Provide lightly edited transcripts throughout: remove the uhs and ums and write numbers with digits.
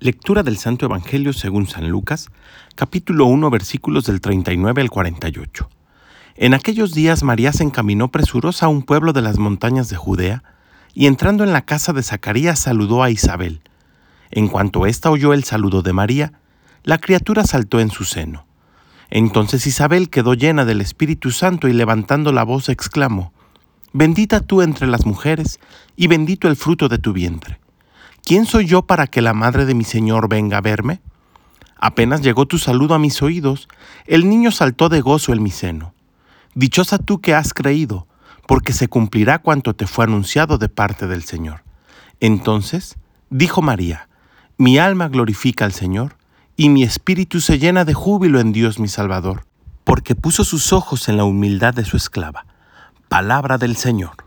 Lectura del Santo Evangelio según San Lucas, capítulo 1, versículos del 39 al 48. En aquellos días María se encaminó presurosa a un pueblo de las montañas de Judea, y entrando en la casa de Zacarías saludó a Isabel. En cuanto ésta oyó el saludo de María, la criatura saltó en su seno. Entonces Isabel quedó llena del Espíritu Santo y levantando la voz exclamó: «Bendita tú entre las mujeres, y bendito el fruto de tu vientre. ¿Quién soy yo para que la madre de mi Señor venga a verme? Apenas llegó tu saludo a mis oídos, el niño saltó de gozo en mi seno. Dichosa tú que has creído, porque se cumplirá cuanto te fue anunciado de parte del Señor». Entonces dijo María: «Mi alma glorifica al Señor, y mi espíritu se llena de júbilo en Dios mi Salvador, porque puso sus ojos en la humildad de su esclava». Palabra del Señor.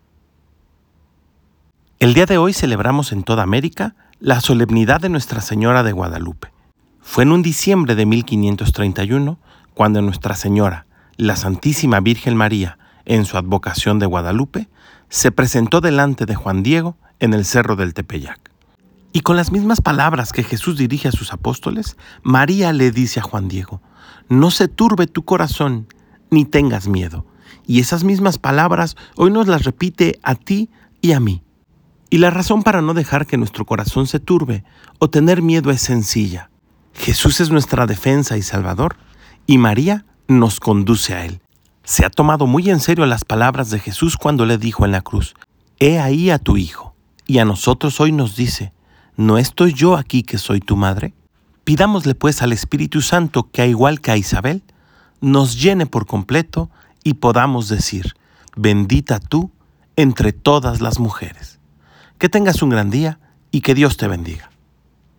El día de hoy celebramos en toda América la solemnidad de Nuestra Señora de Guadalupe. Fue en un diciembre de 1531 cuando Nuestra Señora, la Santísima Virgen María, en su advocación de Guadalupe, se presentó delante de Juan Diego en el Cerro del Tepeyac. Y con las mismas palabras que Jesús dirige a sus apóstoles, María le dice a Juan Diego: «No se turbe tu corazón, ni tengas miedo». Y esas mismas palabras hoy nos las repite a ti y a mí. Y la razón para no dejar que nuestro corazón se turbe o tener miedo es sencilla. Jesús es nuestra defensa y Salvador, y María nos conduce a Él. Se ha tomado muy en serio las palabras de Jesús cuando le dijo en la cruz: «He ahí a tu Hijo». Y a nosotros hoy nos dice: «¿No estoy yo aquí que soy tu madre?». Pidámosle pues al Espíritu Santo que, al igual que a Isabel, nos llene por completo y podamos decir: «Bendita tú entre todas las mujeres». Que tengas un gran día y que Dios te bendiga.